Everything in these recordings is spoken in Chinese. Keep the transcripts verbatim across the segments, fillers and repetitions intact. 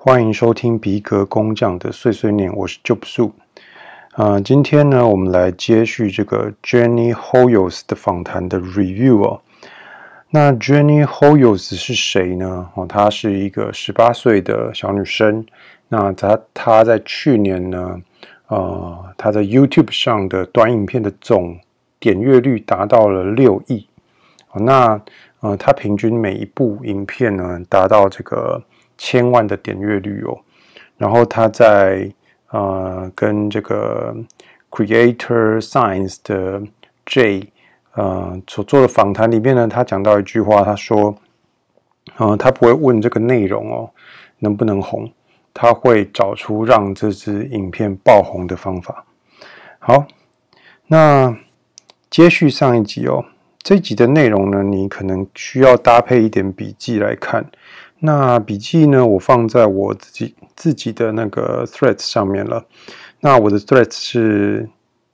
欢迎收听皮革工匠的碎碎念，我是 Job Su。呃，今天呢，我们来接续这个 Jenny Hoyos 的访谈的 review 哦。那 Jenny Hoyos 是谁呢？哦，她是一个十八岁的小女生。那她她在去年呢，呃，她在 YouTube 上的短影片的总点阅率达到了六亿。哦，那呃，她平均每一部影片呢，达到这个千万的点阅率哦。然后她在呃跟这个 Creator Science 的 Jay 呃所做的访谈里面呢，他讲到一句话，他说，呃，他不会问这个内容哦能不能红，他会找出让这支影片爆红的方法。好，那接续上一集哦，这一集的内容呢，你可能需要搭配一点笔记来看。那笔记呢，我放在我自己自己的那个 Threads 上面了。那我的 Threads 是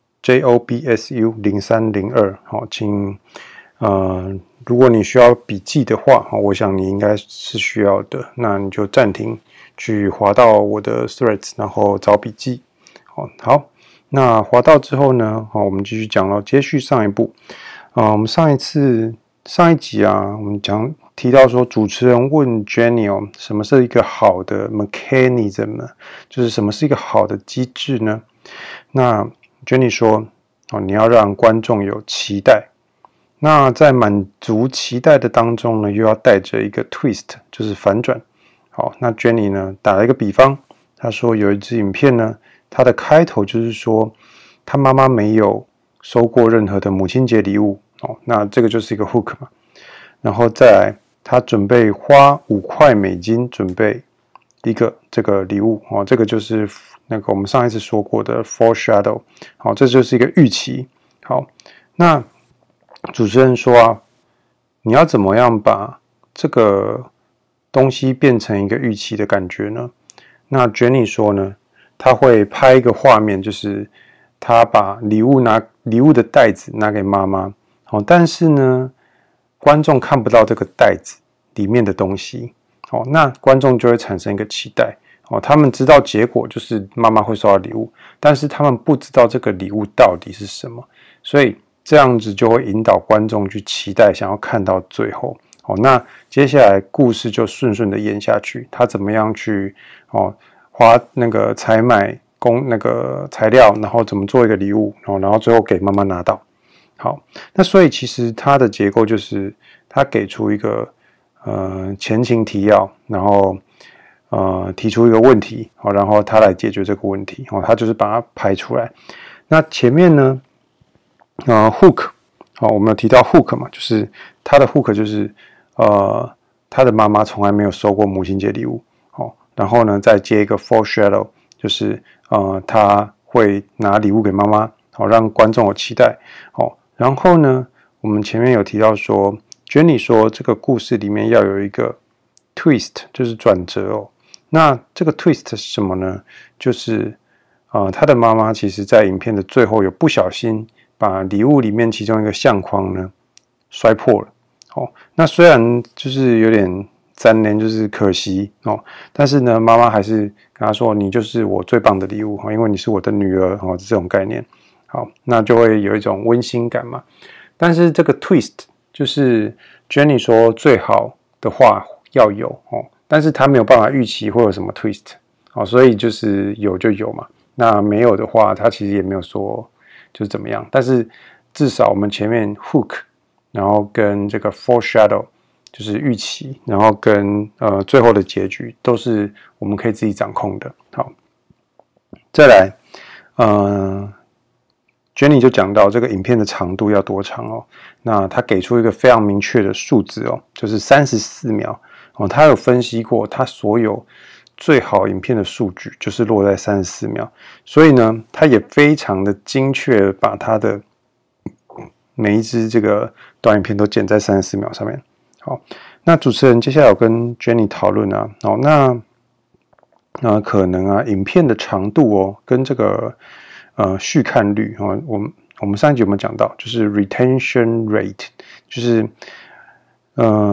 J O B S U 零三零二，好，请呃，如果你需要笔记的话，我想你应该是需要的。那你就暂停，去滑到我的 Threads， 然后找笔记。好，好，那滑到之后呢，好，我们继续讲了，接续上一步。啊、呃，我们上一次上一集啊，我们讲。提到说，主持人问 Jenny 哦，什么是一个好的 mechanism 呢？就是什么是一个好的机制呢？那 Jenny 说，哦，你要让观众有期待。那在满足期待的当中呢，又要带着一个 twist， 就是反转。好，那 Jenny 呢打了一个比方，她说有一支影片呢，它的开头就是说，她妈妈没有收过任何的母亲节礼物哦，那这个就是一个 hook 嘛。然后再来。他准备花五块美金准备一个这个礼物哦，这个就是那个我们上一次说过的 foreshadow， 好，这就是一个预期。好，那主持人说啊，你要怎么样把这个东西变成一个预期的感觉呢？那 Jenny 说呢，他会拍一个画面，就是他把礼物拿礼物的袋子拿给妈妈，好，但是呢。观众看不到这个袋子里面的东西，哦，那观众就会产生一个期待，哦，他们知道结果就是妈妈会收到礼物，但是他们不知道这个礼物到底是什么，所以这样子就会引导观众去期待，想要看到最后，哦，那接下来故事就顺顺的演下去，他怎么样去哦花那个采买工那个材料，然后怎么做一个礼物，哦，然后最后给妈妈拿到。好，那所以其实它的结构就是它给出一个呃前情提要，然后呃提出一个问题，好，然后他来解决这个问题，哦，他就是把它拍出来。那前面呢，呃 hook， 好，我们有提到 hook 嘛，就是他的 hook 就是呃他的妈妈从来没有收过母亲节礼物，好，然后呢再接一个 foreshadow， 就是呃他会拿礼物给妈妈，好，让观众有期待，好。然后呢，我们前面有提到说 ，Jenny 说这个故事里面要有一个 twist， 就是转折哦。那这个 twist 是什么呢？就是呃，他的妈妈其实在影片的最后有不小心把礼物里面其中一个相框呢摔破了。哦，那虽然就是有点残念，就是可惜哦，但是呢，妈妈还是跟他说：“你就是我最棒的礼物，因为你是我的女儿。”哦，这种概念。好，那就会有一种温馨感嘛。但是这个 twist 就是 Jenny 说最好的话要有哦，但是他没有办法预期会有什么 twist 哦，所以就是有就有嘛。那没有的话，他其实也没有说就是怎么样。但是至少我们前面 hook， 然后跟这个 foreshadow 就是预期，然后跟呃最后的结局都是我们可以自己掌控的。好，再来，呃。Jenny 就讲到这个影片的长度要多长哦，那他给出一个非常明确的数字哦，就是三十四秒哦。他有分析过，他所有最好影片的数据就是落在三十四秒，所以呢，他也非常的精确把他的每一支这个短影片都剪在三十四秒上面。好，那主持人接下来有跟 Jenny 讨论啊，哦，那那可能啊，影片的长度哦，跟这个。呃，续看率哦，我们我们上一集有没有讲到，就是 retention rate， 就是呃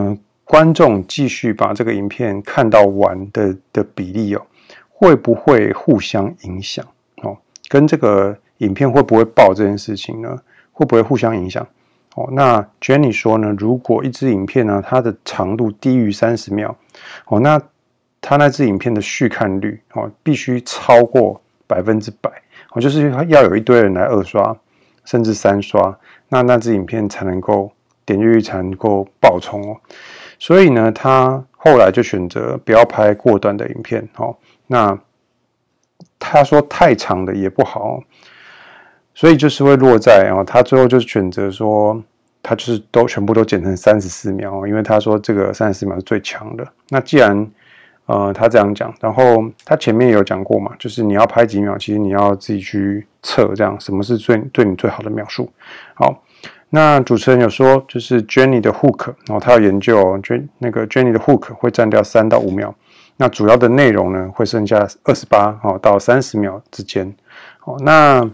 观众继续把这个影片看到完的的比例哦，会不会互相影响哦？跟这个影片会不会爆这件事情呢，会不会互相影响？哦，那 Jenny 说呢，如果一支影片呢，它的长度低于三十秒，哦，那它那支影片的续看率哦，必须超过百分之百，哦，就是要有一堆人来二刷，甚至三刷，那那支影片才能够点阅率才能够爆冲哦。所以呢，他后来就选择不要拍过短的影片哦。那他说太长的也不好，所以就是会落在哦，他最后就选择说，他就是都全部都剪成三十四秒，因为他说这个三十四秒是最强的。那既然呃他这样讲，然后他前面也有讲过嘛，就是你要拍几秒，其实你要自己去测，这样什么是最对你最好的描述。好。那主持人有说，就是 Jenny 的 hook， 然后他有研究哦，那个 Jenny 的 hook 会占掉三到五秒，那主要的内容呢会剩下二十八到三十秒之间。哦，那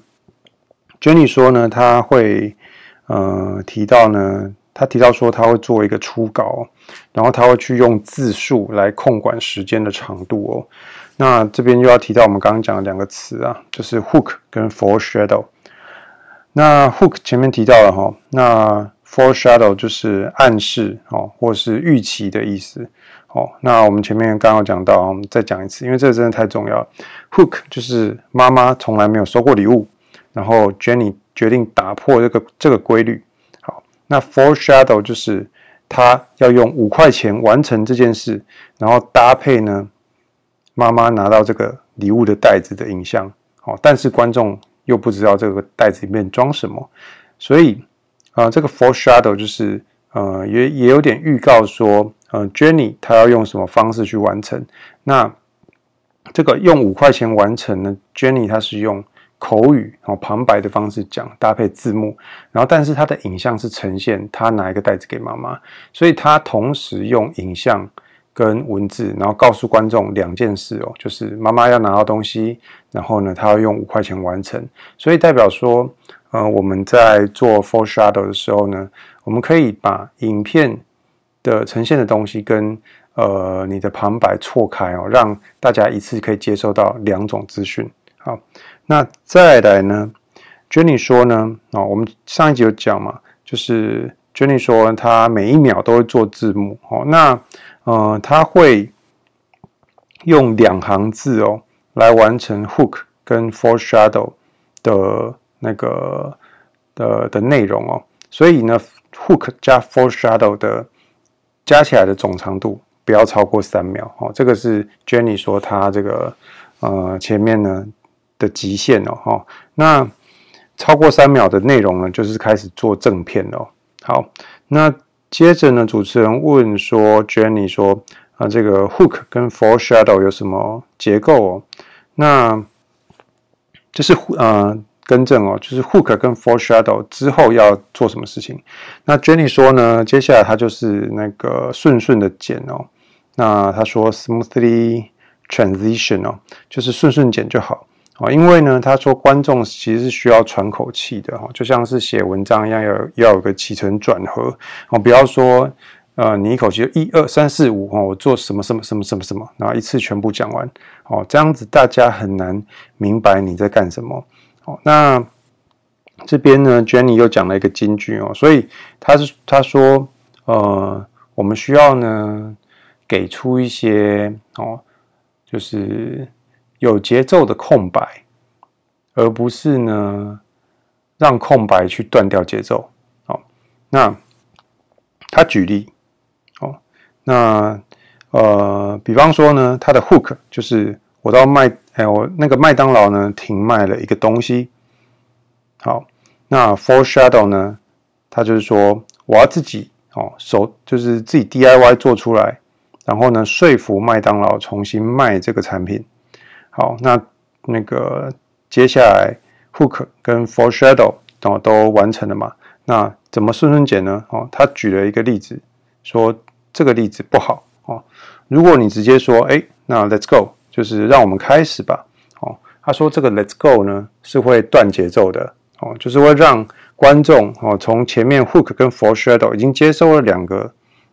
Jenny 说呢，他会呃提到呢，他提到说他会做一个初稿，然后他会去用字数来控管时间的长度哦。那这边又要提到我们刚刚讲的两个词啊，就是 hook 跟 foreshadow。那 hook 前面提到了哈，那 foreshadow 就是暗示哦，或是预期的意思哦。那我们前面刚刚讲到，我们再讲一次，因为这个真的太重要了。hook 就是妈妈从来没有收过礼物，然后 Jenny 决定打破这个这个规律。好，那 foreshadow 就是她要用五块钱完成这件事，然后搭配呢妈妈拿到这个礼物的袋子的影像。好，但是观众又不知道这个袋子里面装什么，所以呃，这个 foreshadow 就是呃也也有点预告说，呃 Jenny 她要用什么方式去完成。那这个用五块钱完成呢 ，Jenny 她是用口语哦旁白的方式讲，搭配字幕，然后但是她的影像是呈现她拿一个袋子给妈妈，所以她同时用影像跟文字，然后告诉观众两件事哦，就是妈妈要拿到东西，然后呢，她要用五块钱完成，所以代表说，呃，我们在做 foreshadow 的时候呢，我们可以把影片的呈现的东西跟呃你的旁白错开哦，让大家一次可以接受到两种资讯。好，那再来呢 ，Jenny 说呢，哦，我们上一集有讲嘛，就是 Jenny 说她每一秒都会做字幕哦，那呃，他会用两行字哦来完成 hook 跟 foreshadow 的那个的的内容哦，所以呢 hook 加 foreshadow 的加起来的总长度不要超过三秒哦，这个是 Jenny 说他这个呃前面呢的极限哦，哦那超过三秒的内容呢，就是开始做正片哦。好，那接着呢，主持人问说 ，Jenny 说，啊，这个 hook 跟 foreshadow 有什么结构哦？那就是呃更正哦，就是 hook 跟 foreshadow 之后要做什么事情？那 Jenny 说呢，接下来它就是那个顺顺的剪哦。那他说 smoothly transition 哦，就是顺顺剪就好。哦，因为呢，他说观众其实是需要喘口气的，就像是写文章一样，要有要有个起承转合，哦，不要说，呃，你一口气一二三四五，哦，我做什么什么什么什么什么，然后一次全部讲完，哦，这样子大家很难明白你在干什么，哦，那这边呢 ，Jenny 又讲了一个金句哦，所以他是他说，呃，我们需要呢给出一些哦，就是有节奏的空白，而不是呢让空白去断掉节奏。哦，那他举例，哦，那呃，比方说呢，他的 hook 就是我到麦，哎，我那个麦当劳呢停卖了一个东西。好，那 foreshadow 呢，他就是说我要自己哦手就是自己 D I Y 做出来，然后呢说服麦当劳重新卖这个产品。好，那那个接下来 hook 跟 foreshadow 哦都完成了嘛？那怎么顺顺剪呢？哦，他举了一个例子，说这个例子不好哦。如果你直接说，哎，那 let's go， 就是让我们开始吧。哦，他说这个 let's go 呢是会断节奏的哦，就是会让观众哦从前面 hook 跟 foreshadow 已经接收了两个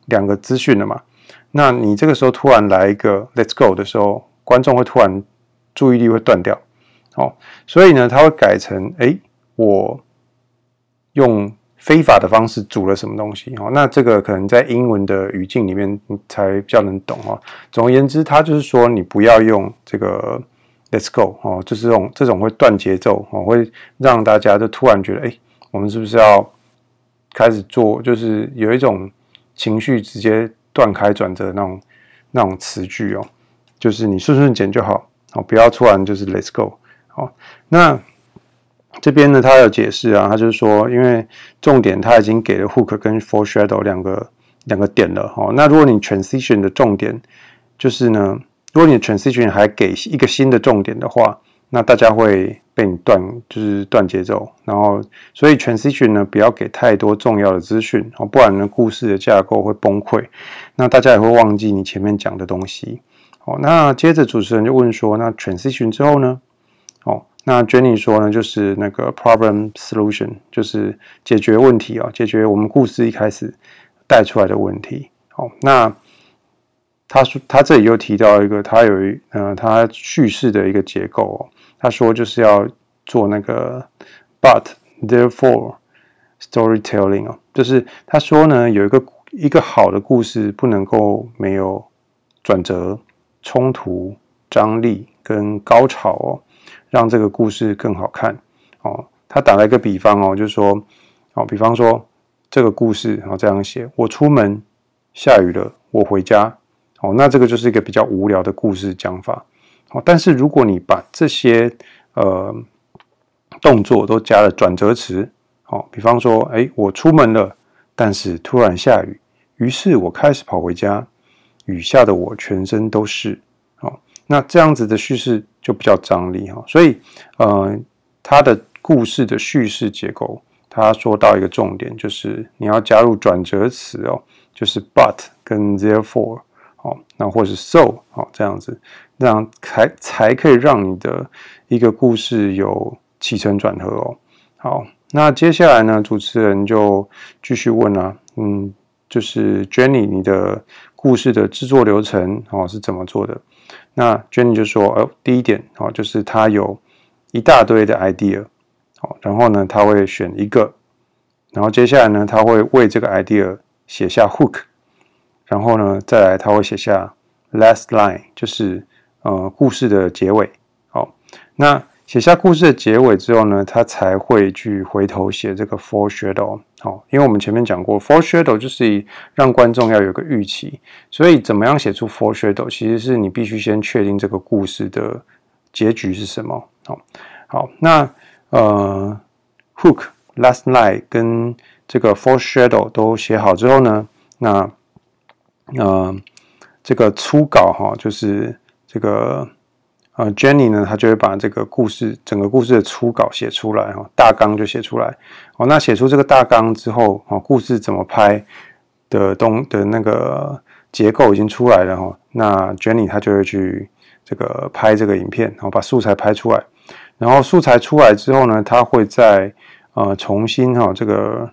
两个资讯了嘛。那你这个时候突然来一个 Let's go 的时候，观众会突然注意力会断掉。哦，所以呢，他会改成，哎，我用非法的方式煮了什么东西。哦，那这个可能在英文的语境里面才比较能懂。哦，总而言之，他就是说你不要用这个 Let's go。哦，就是这种这种会断节奏。哦，会让大家就突然觉得，哎，我们是不是要开始做，就是有一种情绪直接断开转折的那种那种词句哦，就是你顺顺剪就好。哦，不要突然就是 Let's go。好，那这边呢，他有解释啊，他就是说，因为重点他已经给了 hook 跟 foreshadow 两个两个点了。哦，那如果你 transition 的重点就是呢，如果你 transition 还给一个新的重点的话，那大家会被你断，就是断节奏。然后，所以 transition 呢，不要给太多重要的资讯，哦，不然呢，故事的架构会崩溃，那大家也会忘记你前面讲的东西。哦，那接着主持人就问说，那 transition 之后呢？哦，那 Jenny 说呢，就是那个 problem solution， 就是解决问题哦，解决我们故事一开始带出来的问题。哦，那他说他这里又提到一个，他有一呃，他叙事的一个结构哦，他说就是要做那个 but therefore storytelling 哦，就是他说呢，有一个一个好的故事不能够没有转折、冲突、张力跟高潮哦。让这个故事更好看哦。他打了一个比方哦，就是说，哦，比方说这个故事哦这样写：我出门，下雨了，我回家。哦，那这个就是一个比较无聊的故事讲法。哦，但是如果你把这些呃动作都加了转折词，哦，比方说，哎，我出门了，但是突然下雨，于是我开始跑回家，雨下的我全身都是。哦，那这样子的叙事就比较张力哈，所以呃，他的故事的叙事结构，他说到一个重点，就是你要加入转折词哦，就是 but 跟 therefore 哦，那或是 so 哦这样子，这样才才可以让你的一个故事有起承转合哦。好，那接下来呢，主持人就继续问啊，嗯，就是 Jenny 你的故事的制作流程哦是怎么做的？那 Jenny 就说，哦，第一点哦，就是他有一大堆的 idea， 哦，然后呢，他会选一个，然后接下来呢，他会为这个 idea 写下 hook， 然后呢，再来他会写下 last line， 就是呃故事的结尾。好，那写下故事的结尾之后呢，他才会去回头写这个 foreshadow。好，因为我们前面讲过 foreshadow 就是让观众要有个预期，所以怎么样写出 foreshadow， 其实是你必须先确定这个故事的结局是什么。好，好，那呃 hook、last line 跟这个 foreshadow 都写好之后呢，那呃这个初稿哈，就是这个。呃 Jenny 呢，她就会把这个故事整个故事的初稿写出来，大纲就写出来。哦，那写出这个大纲之后，哦，故事怎么拍的东的那个结构已经出来了哈。那 Jenny 她就会去这个拍这个影片，然后把素材拍出来。然后素材出来之后呢，她会再呃重新哈这个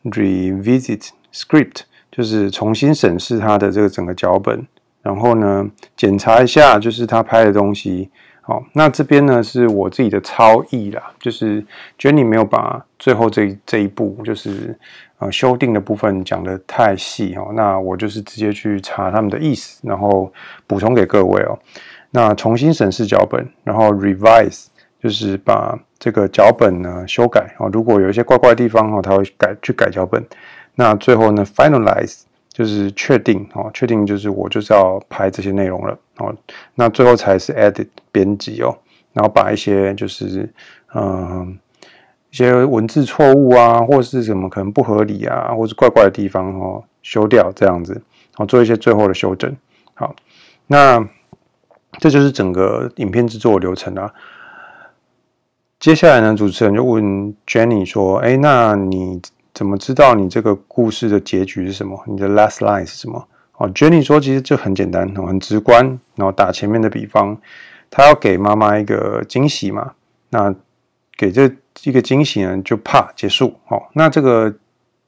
revisit script， 就是重新审视她的这个整个脚本。然后呢，检查一下就是他拍的东西。好，那这边呢是我自己的抄译啦，就是 Jenny 没有把最后这这一步，就是呃修订的部分讲得太细哦。那我就是直接去查他们的意思，然后补充给各位哦。那重新审视脚本，然后 revise 就是把这个脚本呢修改哦。如果有一些怪怪的地方哦，他会改去改脚本。那最后呢 finalize。就是确定哦，确定就是我就是要拍这些内容了哦，那最后才是 edit 编辑哦，然后把一些就是嗯一些文字错误啊，或是什么可能不合理啊，或是怪怪的地方哦修掉这样子，好做一些最后的修正。好，那这就是整个影片制作流程啊。接下来呢，主持人就问 Jenny 说：“哎，那你？”怎么知道你这个故事的结局是什么？你的 last line 是什么？哦 ，Jenny 说其实就很简单，很直观。然后打前面的比方，他要给妈妈一个惊喜嘛，那给这一个惊喜呢，就啪结束。哦，那这个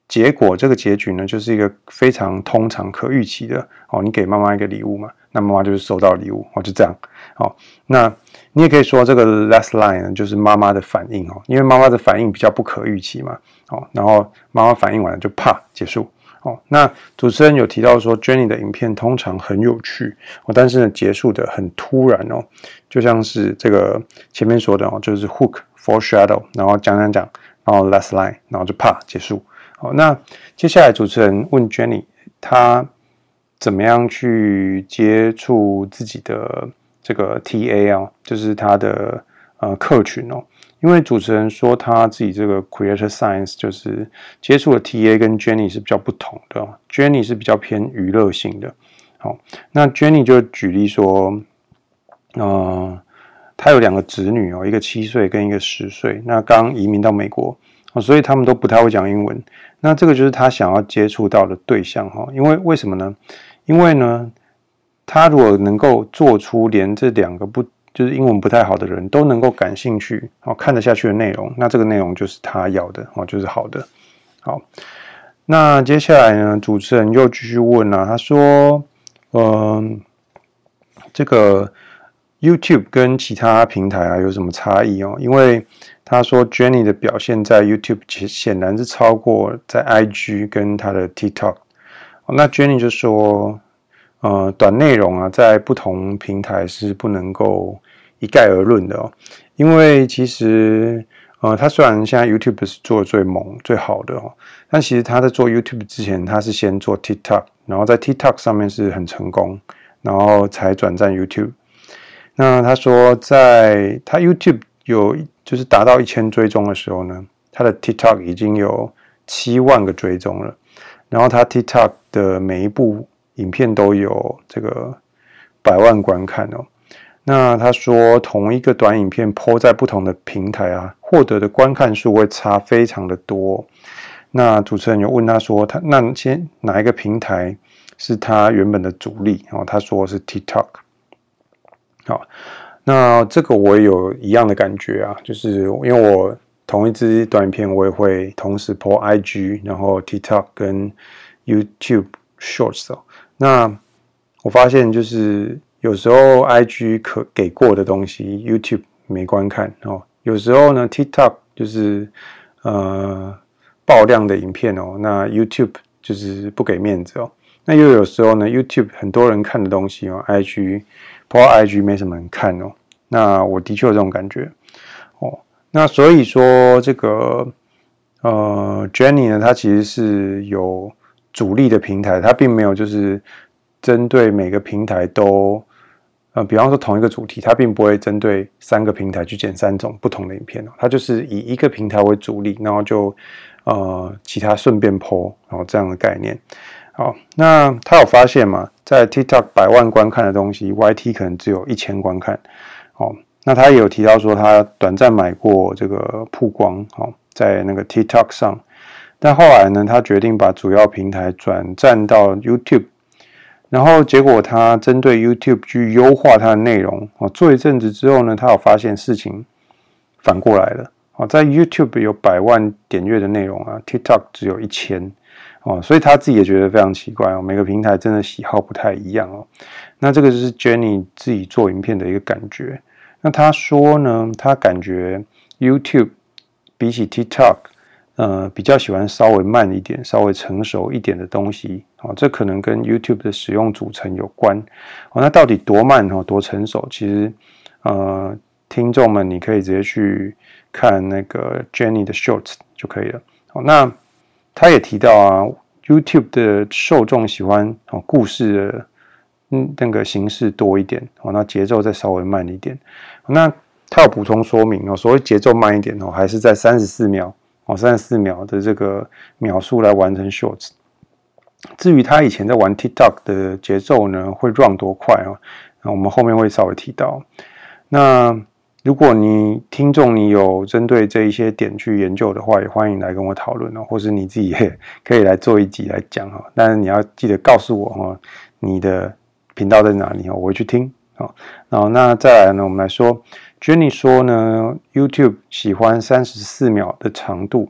结果这个结局呢，就是一个非常通常可预期的哦。你给妈妈一个礼物嘛，那妈妈就是收到礼物哦，就这样哦。那你也可以说这个 last line 呢，就是妈妈的反应哦，因为妈妈的反应比较不可预期嘛哦。然后妈妈反应完了就啪结束哦。那主持人有提到说 ，Jenny 的影片通常很有趣哦，但是呢结束的很突然哦，就像是这个前面说的哦，就是 hook、foreshadow， 然后讲讲讲，然后 last line， 然后就啪结束。好，那接下来主持人问 Jenny， 她怎么样去接触自己的这个 T A 啊，就是她的呃客群哦。因为主持人说他自己这个 Creator Science 就是接触的 T A 跟 Jenny 是比较不同的哦。Jenny 是比较偏娱乐性的。好，那 Jenny 就举例说，呃，她有两个侄女哦，一个七岁跟一个十岁，那刚移民到美国。所以他们都不太会讲英文，那这个就是他想要接触到的对象哈。因为为什么呢？因为呢，他如果能够做出连这两个不就是英文不太好的人都能够感兴趣、哦、看得下去的内容，那这个内容就是他要的哦，就是好的。好，那接下来呢，主持人又继续问啊，他说，嗯，这个 YouTube 跟其他平台啊有什么差异哦？因为他说 Jenny 的表现在 YouTube 显然是超过在 I G 跟他的 TikTok。那 Jenny 就说，呃，短内容啊，在不同平台是不能够一概而论的哦。因为其实，呃，他虽然现在 YouTube 是做的最猛、最好的哦，但其实他在做 YouTube 之前，他是先做 TikTok， 然后在 TikTok 上面是很成功，然后才转战 YouTube。那他说，在他 YouTube 有就是达到一千追踪的时候呢，他的 TikTok 已经有七万个追踪了，然后他 TikTok 的每一部影片都有这个百万观看哦。那他说，同一个短影片 po 在不同的平台啊，获得的观看数会差非常的多。那主持人有问他说，他那先哪一个平台是他原本的主力？哦，他说是 TikTok。好，那这个我也有一样的感觉啊，就是因为我同一支短影片我也会同时 po I G， 然后 TikTok 跟 YouTube Shorts 哦。那我发现就是有时候 I G 可给过的东西 YouTube 没观看哦，有时候呢 TikTok 就是呃爆量的影片哦，那 YouTube 就是不给面子哦。那又有时候呢 YouTube 很多人看的东西哦 I G po I G 没什么人看哦。那我的确有这种感觉哦。那所以说这个呃 Jenny 呢，她其实是有主力的平台，她并没有就是针对每个平台都呃，比方说同一个主题，她并不会针对三个平台去剪三种不同的影片哦，她就是以一个平台为主力，然后就呃其他顺便 po， 然后这样的概念。好，那他有发现嘛，在 TikTok 百万观看的东西 Y T 可能只有一千观看。哦，那他也有提到说他短暂买过这个曝光，哦，在那个 TikTok 上，但后来呢，他决定把主要平台转战到 YouTube， 然后结果他针对 YouTube 去优化它的内容，哦，做一阵子之后呢，他有发现事情反过来了，哦，在 YouTube 有百万点阅的内容啊 ，TikTok 只有一千。哦，所以他自己也觉得非常奇怪哦，每个平台真的喜好不太一样哦。那这个就是 Jenny 自己做影片的一个感觉。那他说呢，他感觉 YouTube 比起 TikTok， 呃，比较喜欢稍微慢一点、稍微成熟一点的东西。哦，这可能跟 YouTube 的使用组成有关。哦，那到底多慢哦，多成熟？其实，呃，听众们你可以直接去看那个 Jenny 的 Shorts 就可以了。哦，那他也提到啊 ，YouTube 的受众喜欢哦故事的嗯那个形式多一点哦，那节奏再稍微慢一点。那他有补充说明哦，所谓节奏慢一点哦，还是在三十四秒哦，三十四秒的这个秒数来完成 Shorts。至于他以前在玩 TikTok 的节奏呢，会 run 多快哦，那我们后面会稍微提到。那如果你听众你有针对这一些点去研究的话，也欢迎来跟我讨论哦，或是你自己也可以来做一集来讲哦。但是你要记得告诉我哦，你的频道在哪里哦，我会去听哦。然后那再来呢，我们来说 ，Jenny 说呢 ，YouTube 喜欢三十四秒的长度，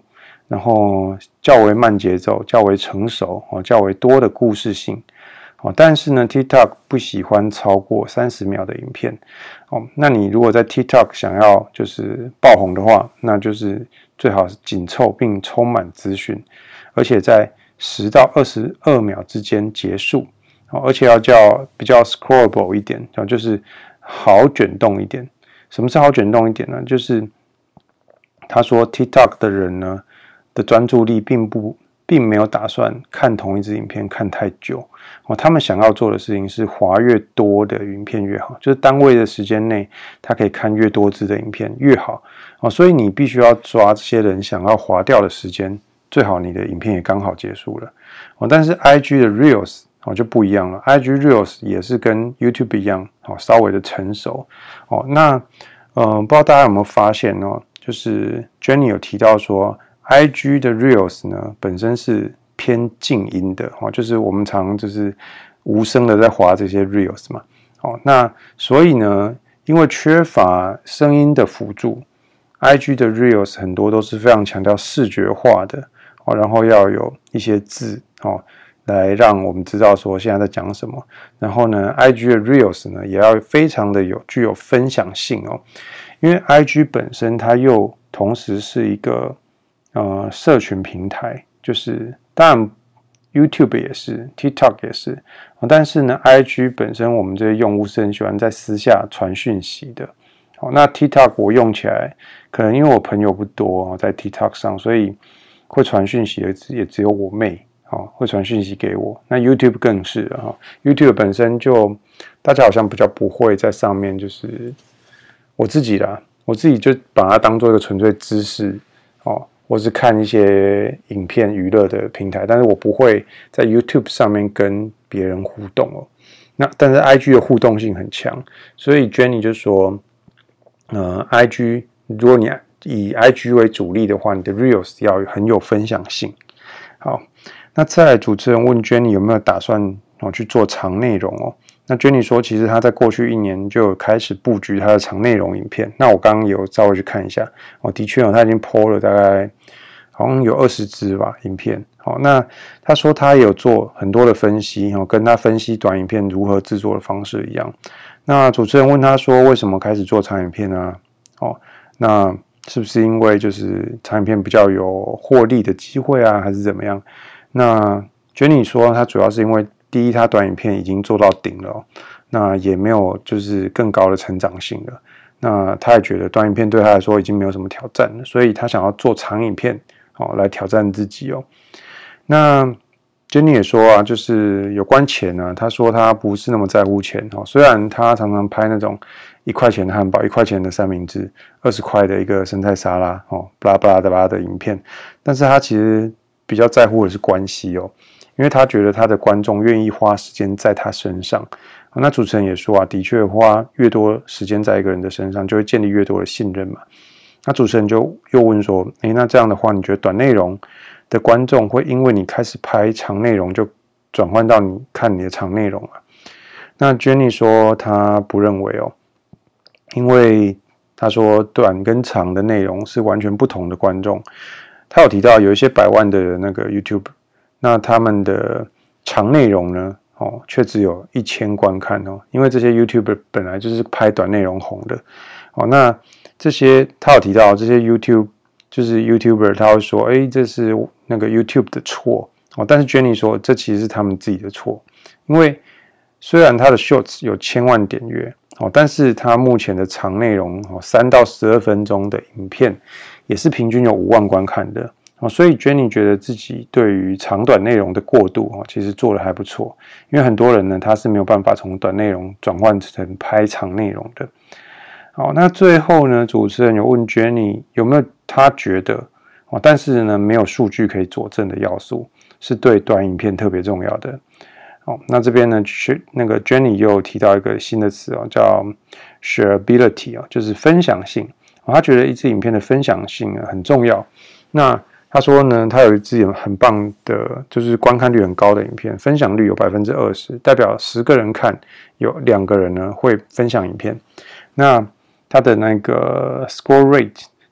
然后较为慢节奏、较为成熟、哦、较为多的故事性。哦，但是呢 ，TikTok 不喜欢超过三十秒的影片。哦，那你如果在 TikTok 想要就是爆红的话，那就是最好是紧凑并充满资讯，而且在十到二十二秒之间结束。哦，而且要叫比较 scrollable 一点，就是好卷动一点。什么是好卷动一点呢？就是他说 TikTok 的人呢的专注力并不。并没有打算看同一支影片看太久。哦，他们想要做的事情是滑越多的影片越好，就是单位的时间内，他可以看越多支的影片越好。哦，所以你必须要抓这些人想要滑掉的时间，最好你的影片也刚好结束了。哦，但是 I G 的 Reels 哦就不一样了 ，I G Reels 也是跟 YouTube 一样，哦稍微的成熟。哦，那嗯、呃，不知道大家有没有发现哦，就是 Jenny 有提到说。I G 的 Reels 呢，本身是偏静音的，哦，就是我们常就是无声的在滑这些 Reels 嘛，哦，那所以呢，因为缺乏声音的辅助 ，I G 的 Reels 很多都是非常强调视觉化的，哦，然后要有一些字，哦，来让我们知道说现在在讲什么。然后呢 ，I G 的 Reels 呢，也要非常的有具有分享性哦，因为 I G 本身它又同时是一个。呃，社群平台就是当然 YouTube 也是 TikTok 也是，但是呢 I G 本身我们这些用户是很喜欢在私下传讯息的。好，那 TikTok 我用起来可能因为我朋友不多在 TikTok 上，所以会传讯息的也只有我妹会传讯息给我。那 YouTube 更是了 YouTube 本身就大家好像比较不会在上面，就是我自己啦，我自己就把它当做一个纯粹知识哦。或是看一些影片娱乐的平台，但是我不会在 YouTube 上面跟别人互动哦。那但是 I G 的互动性很强，所以 Jenny 就说，呃 ，I G 如果你以 I G 为主力的话，你的 Reels 要很有分享性。好，那再来主持人问 Jenny 有没有打算哦去做长内容哦？那 Jenny 说，其实她在过去一年就有开始布局她的长内容影片。那我刚刚有稍微去看一下，哦，的确哦，她已经 po 了大概好像有二十支吧影片。好，那她说她也有做很多的分析，哦，跟她分析短影片如何制作的方式一样。那主持人问她说，为什么开始做长影片呢？哦，那是不是因为就是长影片比较有获利的机会啊，还是怎么样？那 Jenny 说，她主要是因为。第一，他短影片已经做到顶了，那也没有就是更高的成长性了。那他也觉得短影片对他来说已经没有什么挑战了，所以他想要做长影片，哦，来挑战自己哦。那 Jenny 也说啊，就是有关钱啊，他说他不是那么在乎钱哦。虽然他常常拍那种一块钱的汉堡、一块钱的三明治、二十块的一个生菜沙拉哦，巴拉巴拉的巴拉的影片，但是他其实比较在乎的是关系哦。因为他觉得他的观众愿意花时间在他身上，那主持人也说啊，的确花越多时间在一个人的身上，就会建立越多的信任嘛。那主持人就又问说，诶，那这样的话，你觉得短内容的观众会因为你开始拍长内容，就转换到你看你的长内容啊？那 Jenny 说她不认为哦，因为她说短跟长的内容是完全不同的观众。她有提到有一些百万的那个 YouTube。那他们的长内容呢？哦，却只有一千观看哦，因为这些 YouTuber 本来就是拍短内容红的哦。那这些他有提到，这些 YouTube 就是 YouTuber， 他会说，哎，这是那个 YouTube 的错哦。但是 Jenny 说，这其实是他们自己的错，因为虽然他的 Shorts 有千万点阅哦，但是他目前的长内容哦，三到十二分钟的影片，也是平均有五万观看的。所以 Jenny 觉得自己对于长短内容的过渡其实做得还不错，因为很多人呢他是没有办法从短内容转换成拍长内容的。好，那最后呢，主持人有问 Jenny 有没有他觉得，但是呢没有数据可以佐证的要素，是对短影片特别重要的。好，那这边呢，那个 Jenny 又提到一个新的词叫 shareability 就是分享性。他觉得一支影片的分享性很重要。那他说呢，他有一支很棒的，就是观看率很高的影片，分享率有 百分之二十， 代表十个人看，有两个人呢会分享影片。那他的那个 score rate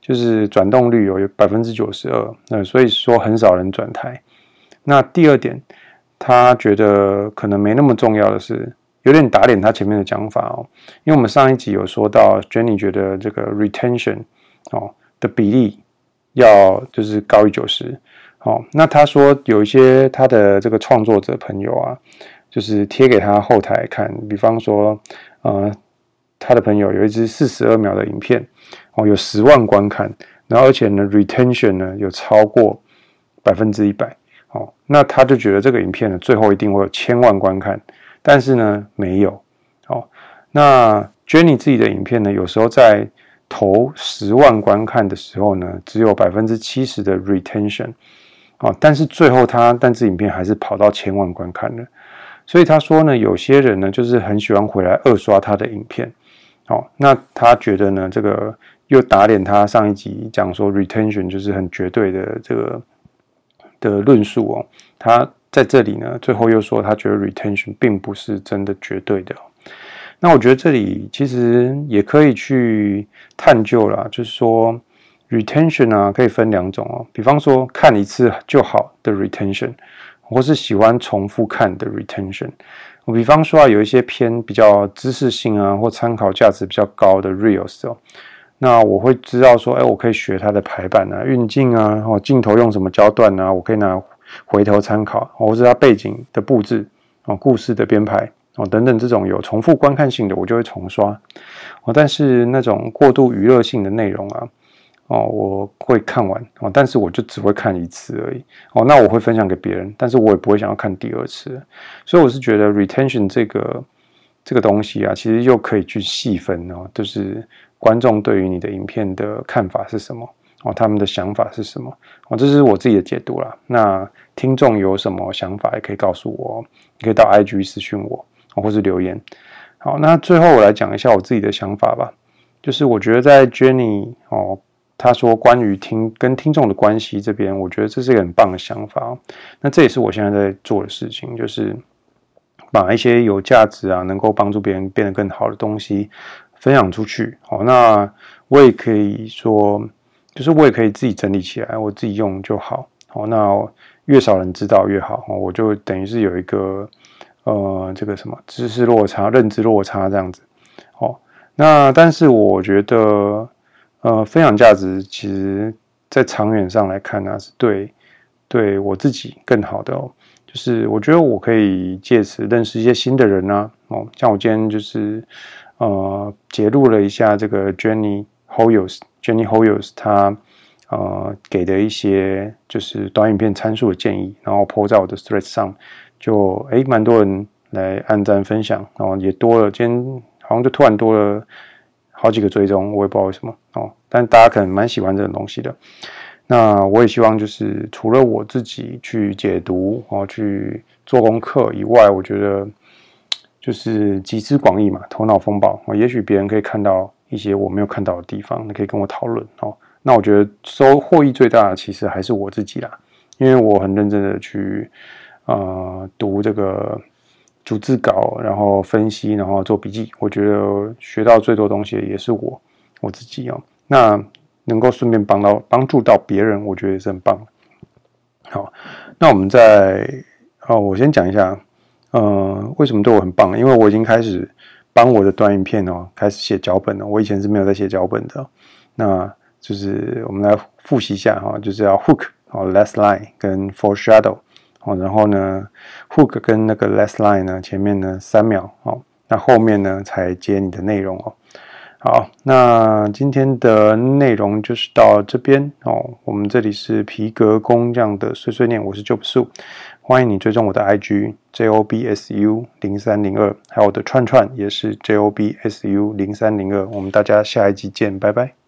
就是转动率有百分之九十二，那所以说很少人转台。那第二点，他觉得可能没那么重要的是，有点打脸他前面的讲法哦，因为我们上一集有说到 Jenny 觉得这个 retention 哦的比例要就是高于九十。哦，那他说有一些他的这个创作者朋友啊，就是贴给他后台看，比方说，呃，他的朋友有一支四十二秒的影片，哦，有十万观看，然后而且呢 retention 呢有超过百分之一百，哦，那他就觉得这个影片呢最后一定会有千万观看，但是呢没有，哦，那 Jenny 自己的影片呢，有时候在头十万观看的时候呢，只有百分之七十的 retention。哦，但是最后他但是影片还是跑到千万观看了，所以他说呢，有些人呢就是很喜欢回来二刷他的影片，哦，那他觉得呢，这个又打脸他上一集讲说 retention 就是很绝对的这个的论述哦，他在这里呢最后又说他觉得 retention 并不是真的绝对的，哦，那我觉得这里其实也可以去探究啦，就是说。retention 啊，可以分两种哦，比方说看一次就好的 retention， 或是喜欢重复看的 retention。我比方说啊，有一些偏比较知识性啊，或参考价值比较高的 reels 哦，那我会知道说，哎，我可以学它的排版啊、运镜啊，哦，镜头用什么焦段啊，我可以拿回头参考，或是它背景的布置哦、故事的编排哦等等这种有重复观看性的，我就会重刷哦。但是那种过度娱乐性的内容啊。哦，我会看完哦，但是我就只会看一次而已哦。那我会分享给别人，但是我也不会想要看第二次。所以我是觉得 retention 这个这个东西啊，其实又可以去细分哦，就是观众对于你的影片的看法是什么哦，他们的想法是什么哦，这是我自己的解读啦。那听众有什么想法也可以告诉我，你可以到 I G 私讯我哦，或是留言。好，那最后我来讲一下我自己的想法吧，就是我觉得在 Jenny 哦。他说关于听跟听众的关系这边，我觉得这是一个很棒的想法哦。那这也是我现在在做的事情，就是把一些有价值啊，能够帮助别人变得更好的东西分享出去。哦，那我也可以说，就是我也可以自己整理起来，我自己用就好。哦，那越少人知道越好。哦，我就等于是有一个呃这个什么知识落差、认知落差这样子。哦，那但是我觉得。呃，分享价值其实在长远上来看呢、啊，是对对我自己更好的哦。就是我觉得我可以借此认识一些新的人啊，哦，像我今天就是呃揭露了一下这个 Jenny Hoyos，Jenny Hoyos 她呃给的一些就是短影片参数的建议，然后 po 在我的 Threads 上，就诶蛮多人来按赞分享，然后也多了，今天好像就突然多了。好几个追踪，我也不知道为什么哦，但大家可能蛮喜欢这种东西的。那我也希望就是除了我自己去解读哦，去做功课以外，我觉得就是集思广益嘛，头脑风暴哦，也许别人可以看到一些我没有看到的地方，你可以跟我讨论哦。那我觉得收获益最大的其实还是我自己啦，因为我很认真的去呃读这个。逐字稿，然后分析，然后做笔记。我觉得学到最多东西的也是我我自己哦。那能够顺便帮到帮助到别人，我觉得也是很棒的。好，那我们再哦，我先讲一下，呃，为什么对我很棒？因为我已经开始帮我的短影片哦，开始写脚本了。我以前是没有在写脚本的。那就是我们来复习一下哈，就是要 hook 哦 ，last line 跟 foreshadow。哦，然后呢 ，hook 跟那个 last line 呢，前面呢三秒哦，那后面呢才接你的内容哦。好，那今天的内容就是到这边哦。我们这里是皮革工匠的碎碎念，我是 Jobsu， 欢迎你追踪我的 I G J O B S U 零三零二，还有我的串串也是 J O B S U 零三零二。我们大家下一集见，拜拜。